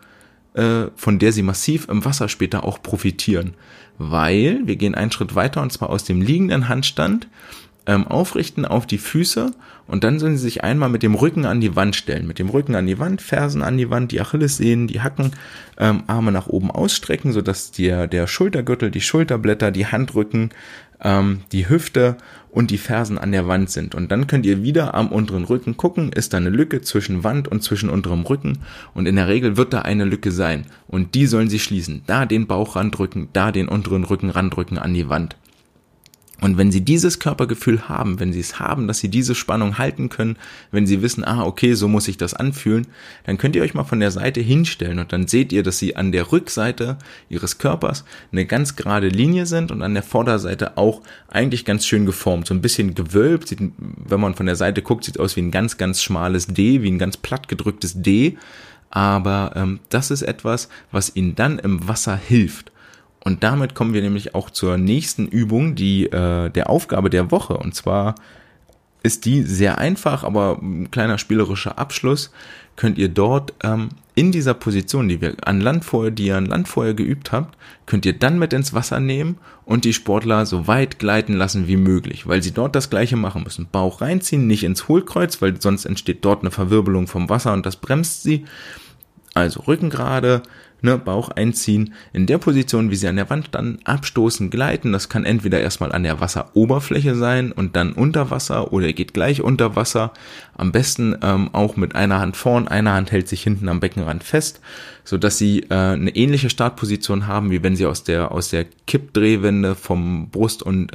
im Wasser später auch profitieren. Weil wir gehen einen Schritt weiter, und zwar aus dem liegenden Handstand aufrichten auf die Füße, und dann sollen Sie sich einmal mit dem Rücken an die Wand stellen. Mit dem Rücken an die Wand, Fersen an die Wand, die Achillessehnen, die Hacken, Arme nach oben ausstrecken, sodass der Schultergürtel, die Schulterblätter, die Handrücken, die Hüfte und die Fersen an der Wand sind. Und dann könnt ihr wieder am unteren Rücken gucken, ist da eine Lücke zwischen Wand und zwischen unterem Rücken, und in der Regel wird da eine Lücke sein, und die sollen Sie schließen. Da den Bauch randrücken, da den unteren Rücken randrücken an die Wand. Und wenn Sie dieses Körpergefühl haben, wenn Sie es haben, dass Sie diese Spannung halten können, wenn Sie wissen, okay, so muss sich das anfühlen, dann könnt ihr euch mal von der Seite hinstellen und dann seht ihr, dass Sie an der Rückseite Ihres Körpers eine ganz gerade Linie sind und an der Vorderseite auch eigentlich ganz schön geformt, so ein bisschen gewölbt. Sieht, wenn man von der Seite guckt, sieht aus wie ein ganz, ganz schmales D, wie ein ganz platt gedrücktes D. Aber das ist etwas, was Ihnen dann im Wasser hilft. Und damit kommen wir nämlich auch zur nächsten Übung, die der Aufgabe der Woche. Und zwar ist die sehr einfach, aber ein kleiner spielerischer Abschluss. Könnt ihr dort in dieser Position, die ihr an Land vorher geübt habt, könnt ihr dann mit ins Wasser nehmen und die Sportler so weit gleiten lassen wie möglich, weil sie dort das Gleiche machen müssen. Bauch reinziehen, nicht ins Hohlkreuz, weil sonst entsteht dort eine Verwirbelung vom Wasser und das bremst sie. Also Rücken gerade, Bauch einziehen, in der Position, wie sie an der Wand dann abstoßen, gleiten. Das kann entweder erstmal an der Wasseroberfläche sein und dann unter Wasser oder ihr geht gleich unter Wasser. Am besten auch mit einer Hand vorn, eine Hand hält sich hinten am Beckenrand fest, sodass sie eine ähnliche Startposition haben, wie wenn sie aus der Kippdrehwende vom Brust- und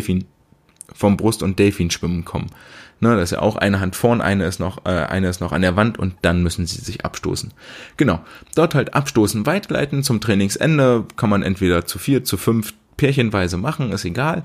Delfinschwimmen kommen. Da ist ja auch eine Hand vorn, eine ist noch an der Wand und dann müssen sie sich abstoßen. Genau, dort halt abstoßen, weitgleiten zum Trainingsende, kann man entweder zu 4, zu 5 pärchenweise machen, ist egal.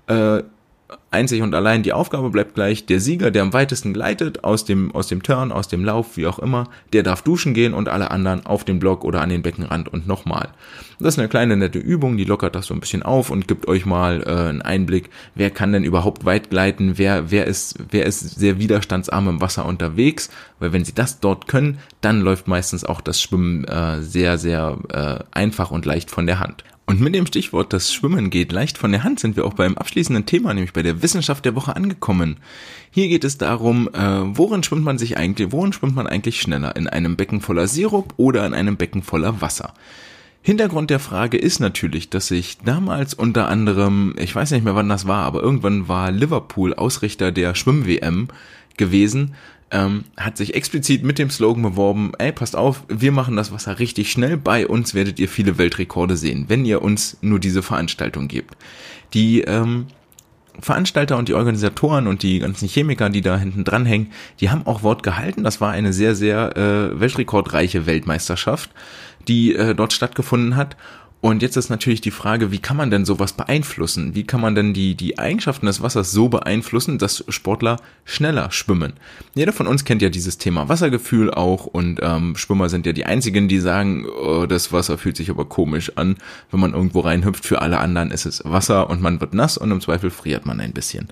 Einzig und allein die Aufgabe bleibt gleich, der Sieger, der am weitesten gleitet, aus dem Turn, aus dem Lauf, wie auch immer, der darf duschen gehen und alle anderen auf den Block oder an den Beckenrand und nochmal. Das ist eine kleine nette Übung, die lockert das so ein bisschen auf und gibt euch mal einen Einblick, wer kann denn überhaupt weit gleiten, wer ist sehr widerstandsarm im Wasser unterwegs, weil wenn sie das dort können, dann läuft meistens auch das Schwimmen sehr, sehr einfach und leicht von der Hand. Und mit dem Stichwort, das Schwimmen geht leicht von der Hand, sind wir auch beim abschließenden Thema, nämlich bei der Wissenschaft der Woche angekommen. Hier geht es darum, worin schwimmt man eigentlich schneller? In einem Becken voller Sirup oder in einem Becken voller Wasser? Hintergrund der Frage ist natürlich, dass sich damals unter anderem, ich weiß nicht mehr wann das war, aber irgendwann war Liverpool Ausrichter der Schwimm-WM gewesen, hat sich explizit mit dem Slogan beworben, passt auf, wir machen das Wasser richtig schnell, bei uns werdet ihr viele Weltrekorde sehen, wenn ihr uns nur diese Veranstaltung gebt. Die Veranstalter und die Organisatoren und die ganzen Chemiker, die da hinten dran hängen, die haben auch Wort gehalten, das war eine sehr, sehr weltrekordreiche Weltmeisterschaft, die dort stattgefunden hat. Und jetzt ist natürlich die Frage, wie kann man denn sowas beeinflussen? Wie kann man denn die Eigenschaften des Wassers so beeinflussen, dass Sportler schneller schwimmen? Jeder von uns kennt ja dieses Thema Wassergefühl auch und Schwimmer sind ja die einzigen, die sagen, das Wasser fühlt sich aber komisch an, wenn man irgendwo reinhüpft. Für alle anderen ist es Wasser und man wird nass und im Zweifel friert man ein bisschen.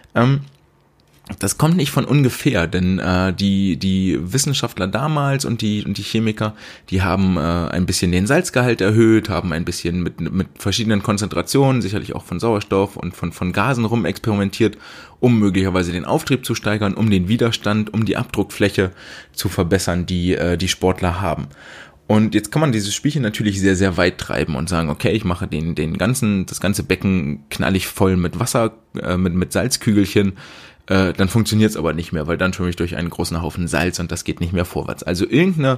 Das kommt nicht von ungefähr, denn die Wissenschaftler damals und die Chemiker, die haben ein bisschen den Salzgehalt erhöht, haben ein bisschen mit verschiedenen Konzentrationen, sicherlich auch von Sauerstoff und von Gasen rum experimentiert, um möglicherweise den Auftrieb zu steigern, um den Widerstand, um die Abdruckfläche zu verbessern, die Sportler haben. Und jetzt kann man dieses Spielchen natürlich sehr, sehr weit treiben und sagen, okay, ich mache das ganze Becken knallig voll mit Wasser, mit Salzkügelchen. Dann funktioniert es aber nicht mehr, weil dann schwimme ich durch einen großen Haufen Salz und das geht nicht mehr vorwärts. Also irgendeine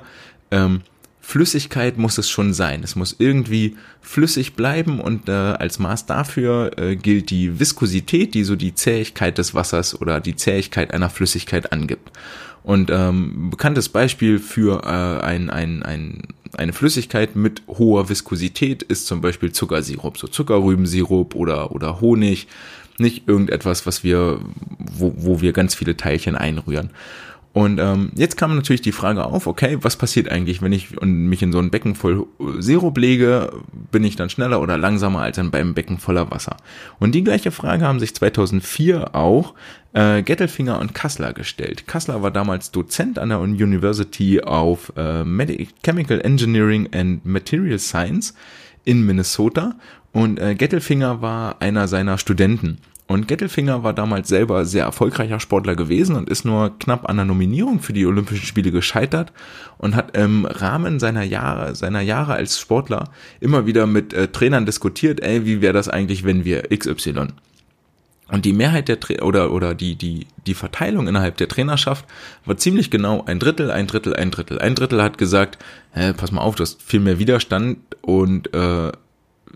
Flüssigkeit muss es schon sein. Es muss irgendwie flüssig bleiben und als Maß dafür gilt die Viskosität, die so die Zähigkeit des Wassers oder die Zähigkeit einer Flüssigkeit angibt. Und bekanntes Beispiel für eine Flüssigkeit mit hoher Viskosität ist zum Beispiel Zuckersirup, so Zuckerrübensirup oder Honig. Nicht irgendetwas, wo wir ganz viele Teilchen einrühren. Und jetzt kam natürlich die Frage auf, okay, was passiert eigentlich, wenn ich mich in so ein Becken voll Sirup lege, bin ich dann schneller oder langsamer als beim Becken voller Wasser? Und die gleiche Frage haben sich 2004 auch Gettelfinger und Kassler gestellt. Kassler war damals Dozent an der University of Chemical Engineering and Material Science in Minnesota und Gettelfinger war einer seiner Studenten. Und Gettelfinger war damals selber sehr erfolgreicher Sportler gewesen und ist nur knapp an der Nominierung für die Olympischen Spiele gescheitert und hat im Rahmen seiner Jahre als Sportler immer wieder mit Trainern diskutiert, wie wäre das eigentlich, wenn wir XY. Und die Mehrheit oder die Verteilung innerhalb der Trainerschaft war ziemlich genau ein Drittel. Ein Drittel hat gesagt, pass mal auf, du hast viel mehr Widerstand und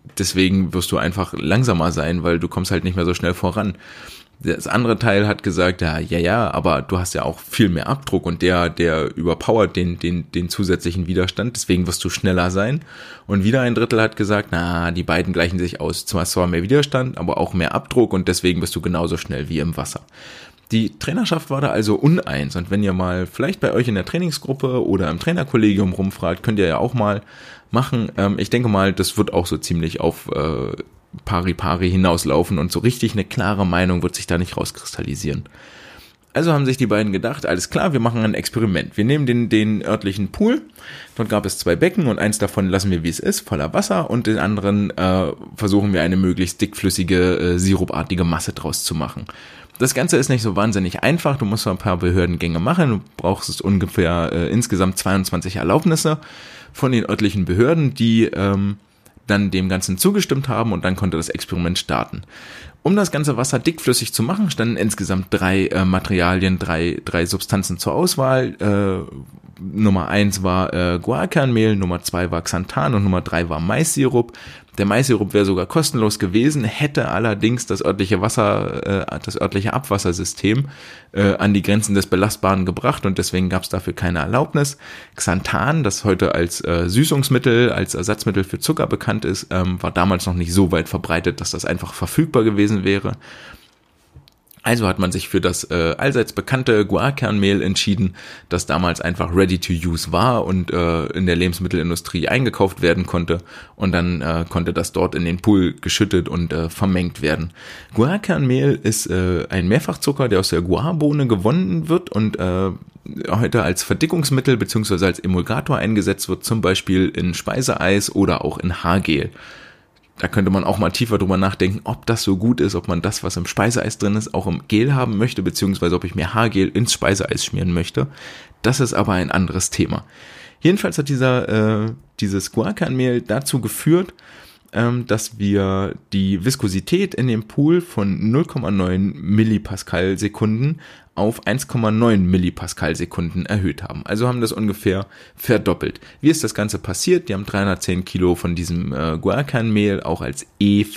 deswegen wirst du einfach langsamer sein, weil du kommst halt nicht mehr so schnell voran. Das andere Teil hat gesagt, ja, aber du hast ja auch viel mehr Abdruck und der überpowert den zusätzlichen Widerstand, deswegen wirst du schneller sein. Und wieder ein Drittel hat gesagt, die beiden gleichen sich aus. Zwar mehr Widerstand, aber auch mehr Abdruck und deswegen bist du genauso schnell wie im Wasser. Die Trainerschaft war da also uneins und wenn ihr mal vielleicht bei euch in der Trainingsgruppe oder im Trainerkollegium rumfragt, könnt ihr ja auch mal machen. Ich denke mal, das wird auch so ziemlich auf Pari hinauslaufen und so richtig eine klare Meinung wird sich da nicht rauskristallisieren. Also haben sich die beiden gedacht, alles klar, wir machen ein Experiment. Wir nehmen den örtlichen Pool, dort gab es 2 Becken und eins davon lassen wir, wie es ist, voller Wasser und den anderen versuchen wir eine möglichst dickflüssige, sirupartige Masse draus zu machen. Das Ganze ist nicht so wahnsinnig einfach, du musst so ein paar Behördengänge machen, du brauchst ungefähr insgesamt 22 Erlaubnisse von den örtlichen Behörden, die dann dem Ganzen zugestimmt haben und dann konnte das Experiment starten. Um das ganze Wasser dickflüssig zu machen, standen insgesamt 3 Materialien, drei Substanzen zur Auswahl. Nummer 1 war Guarkernmehl, Nummer 2 war Xanthan und Nummer 3 war Maissirup. Der Maissirup wäre sogar kostenlos gewesen, hätte allerdings das örtliche Abwassersystem an die Grenzen des Belastbaren gebracht und deswegen gab es dafür keine Erlaubnis. Xanthan, das heute als Süßungsmittel, als Ersatzmittel für Zucker bekannt ist, war damals noch nicht so weit verbreitet, dass das einfach verfügbar gewesen wäre. Also hat man sich für das allseits bekannte Guarkernmehl entschieden, das damals einfach ready to use war und in der Lebensmittelindustrie eingekauft werden konnte und dann konnte das dort in den Pool geschüttet und vermengt werden. Guarkernmehl ist ein Mehrfachzucker, der aus der Guarbohne gewonnen wird und heute als Verdickungsmittel bzw. als Emulgator eingesetzt wird, zum Beispiel in Speiseeis oder auch in Haargel. Da könnte man auch mal tiefer drüber nachdenken, ob das so gut ist, ob man das, was im Speiseeis drin ist, auch im Gel haben möchte, beziehungsweise ob ich mir Haargel ins Speiseeis schmieren möchte. Das ist aber ein anderes Thema. Jedenfalls hat dieses Guarkernmehl dazu geführt, dass wir die Viskosität in dem Pool von 0,9 Millipascal-Sekunden auf 1,9 Millipascal-Sekunden erhöht haben. Also haben das ungefähr verdoppelt. Wie ist das Ganze passiert? Die haben 310 Kilo von diesem Guarkernmehl, auch als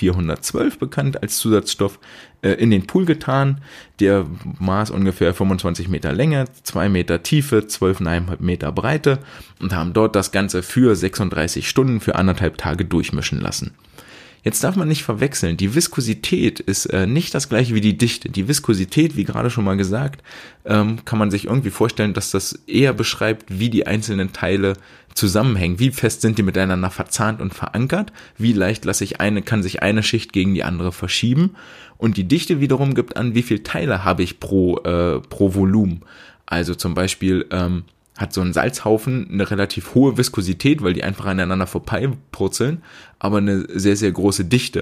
E412 bekannt, als Zusatzstoff, in den Pool getan. Der maß ungefähr 25 Meter Länge, 2 Meter Tiefe, 12,5 Meter Breite und haben dort das Ganze für 36 Stunden, für 1,5 Tage durchmischen lassen. Jetzt darf man nicht verwechseln, die Viskosität ist nicht das gleiche wie die Dichte. Die Viskosität, wie gerade schon mal gesagt, kann man sich irgendwie vorstellen, dass das eher beschreibt, wie die einzelnen Teile zusammenhängen. Wie fest sind die miteinander verzahnt und verankert? Wie leicht kann sich eine Schicht gegen die andere verschieben? Und die Dichte wiederum gibt an, wie viele Teile habe ich pro Volumen. Also zum Beispiel hat so ein Salzhaufen eine relativ hohe Viskosität, weil die einfach aneinander vorbeipurzeln, aber eine sehr, sehr große Dichte.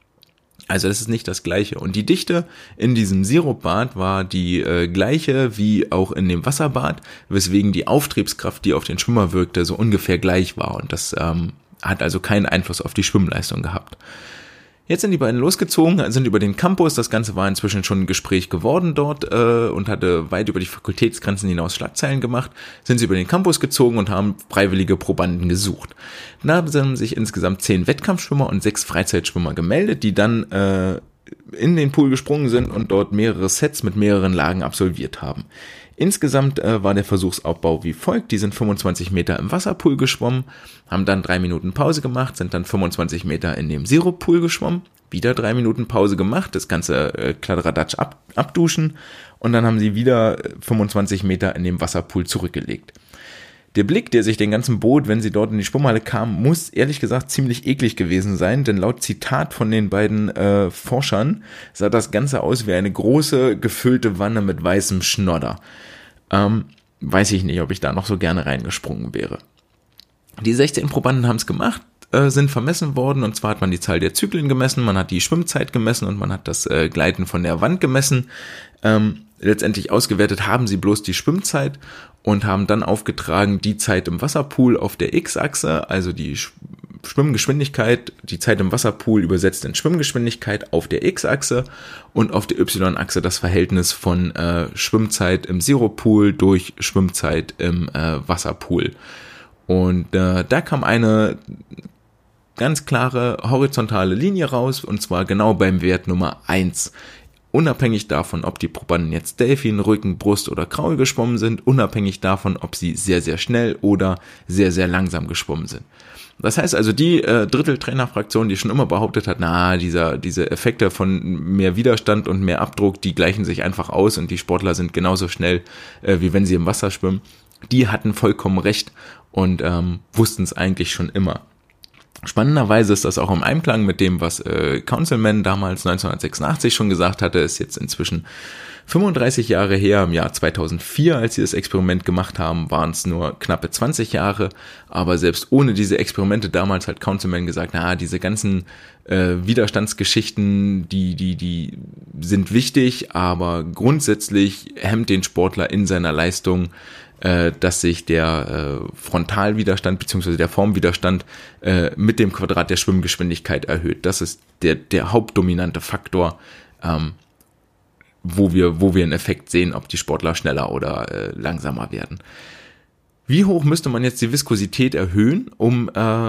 Also das ist nicht das Gleiche. Und die Dichte in diesem Sirupbad war die gleiche wie auch in dem Wasserbad, weswegen die Auftriebskraft, die auf den Schwimmer wirkte, so ungefähr gleich war. Und das hat also keinen Einfluss auf die Schwimmleistung gehabt. Jetzt sind die beiden losgezogen, sind über den Campus, das Ganze war inzwischen schon ein Gespräch geworden dort und hatte weit über die Fakultätsgrenzen hinaus Schlagzeilen gemacht, sind sie über den Campus gezogen und haben freiwillige Probanden gesucht. Da haben sich insgesamt 10 Wettkampfschwimmer und 6 Freizeitschwimmer gemeldet, die dann in den Pool gesprungen sind und dort mehrere Sets mit mehreren Lagen absolviert haben. Insgesamt war der Versuchsaufbau wie folgt. Die sind 25 Meter im Wasserpool geschwommen, haben dann 3 Minuten Pause gemacht, sind dann 25 Meter in dem Siruppool geschwommen, wieder 3 Minuten Pause gemacht, das ganze Kladderadatsch abduschen und dann haben sie wieder 25 Meter in dem Wasserpool zurückgelegt. Der Blick, der sich den ganzen bot, wenn sie dort in die Schwimmhalle kamen, muss ehrlich gesagt ziemlich eklig gewesen sein, denn laut Zitat von den beiden Forschern sah das Ganze aus wie eine große, gefüllte Wanne mit weißem Schnodder. Weiß ich nicht, ob ich da noch so gerne reingesprungen wäre. Die 16 Probanden haben es gemacht, sind vermessen worden, und zwar hat man die Zahl der Zyklen gemessen, man hat die Schwimmzeit gemessen und man hat das Gleiten von der Wand gemessen. Letztendlich ausgewertet haben sie bloß die Schwimmzeit und haben dann aufgetragen die Zeit im Wasserpool auf der X-Achse, also die Schwimmgeschwindigkeit, die Zeit im Wasserpool übersetzt in Schwimmgeschwindigkeit auf der X-Achse und auf der Y-Achse das Verhältnis von Schwimmzeit im Zero-Pool durch Schwimmzeit im Wasserpool. Und da kam eine ganz klare horizontale Linie raus, und zwar genau beim Wert Nummer 1. Unabhängig davon, ob die Probanden jetzt Delfin, Rücken, Brust oder Kraul geschwommen sind, unabhängig davon, ob sie sehr, sehr schnell oder sehr, sehr langsam geschwommen sind. Das heißt also, die Drittel-Trainer-Fraktion, die schon immer behauptet hat, diese Effekte von mehr Widerstand und mehr Abdruck, die gleichen sich einfach aus und die Sportler sind genauso schnell, wie wenn sie im Wasser schwimmen, die hatten vollkommen recht und wussten es eigentlich schon immer. Spannenderweise ist das auch im Einklang mit dem, was Councilman damals 1986 schon gesagt hatte, ist jetzt inzwischen 35 Jahre her. Im Jahr 2004, als sie das Experiment gemacht haben, waren es nur knappe 20 Jahre, aber selbst ohne diese Experimente damals hat Councilman gesagt, diese ganzen Widerstandsgeschichten, die sind wichtig, aber grundsätzlich hemmt den Sportler in seiner Leistung, dass sich der Frontalwiderstand bzw. der Formwiderstand mit dem Quadrat der Schwimmgeschwindigkeit erhöht. Das ist der hauptdominante Faktor, wo wir einen Effekt sehen, ob die Sportler schneller oder langsamer werden. Wie hoch müsste man jetzt die Viskosität erhöhen, um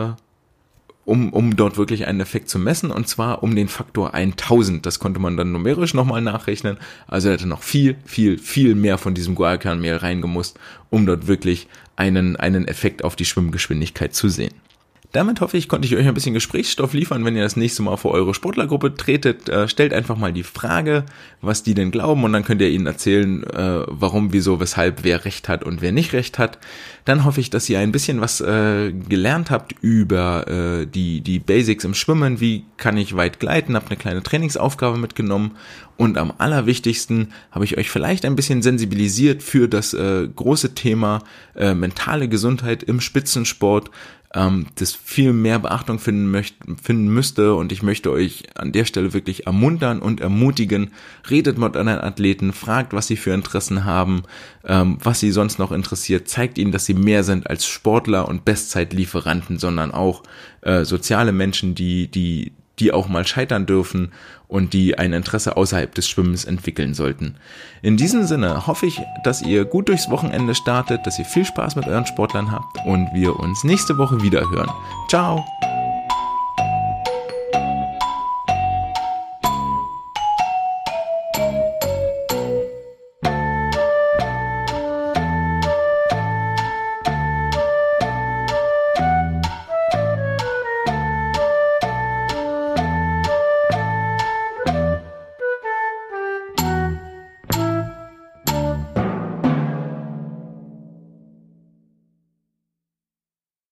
dort wirklich einen Effekt zu messen, und zwar um den Faktor 1000. Das konnte man dann numerisch nochmal nachrechnen. Also er hätte noch viel, viel, viel mehr von diesem Guarkernmehl reingemusst, um dort wirklich einen Effekt auf die Schwimmgeschwindigkeit zu sehen. Damit hoffe ich, konnte ich euch ein bisschen Gesprächsstoff liefern, wenn ihr das nächste Mal vor eure Sportlergruppe tretet. Stellt einfach mal die Frage, was die denn glauben, und dann könnt ihr ihnen erzählen, warum, wieso, weshalb, wer recht hat und wer nicht recht hat. Dann hoffe ich, dass ihr ein bisschen was gelernt habt über die Basics im Schwimmen. Wie kann ich weit gleiten? Habt eine kleine Trainingsaufgabe mitgenommen. Und am allerwichtigsten habe ich euch vielleicht ein bisschen sensibilisiert für das große Thema mentale Gesundheit im Spitzensport, das viel mehr Beachtung finden müsste, und ich möchte euch an der Stelle wirklich ermuntern und ermutigen, redet mit anderen Athleten, fragt, was sie für Interessen haben, was sie sonst noch interessiert, zeigt ihnen, dass sie mehr sind als Sportler und Bestzeitlieferanten, sondern auch soziale Menschen, die auch mal scheitern dürfen und die ein Interesse außerhalb des Schwimmens entwickeln sollten. In diesem Sinne hoffe ich, dass ihr gut durchs Wochenende startet, dass ihr viel Spaß mit euren Sportlern habt und wir uns nächste Woche wieder hören. Ciao!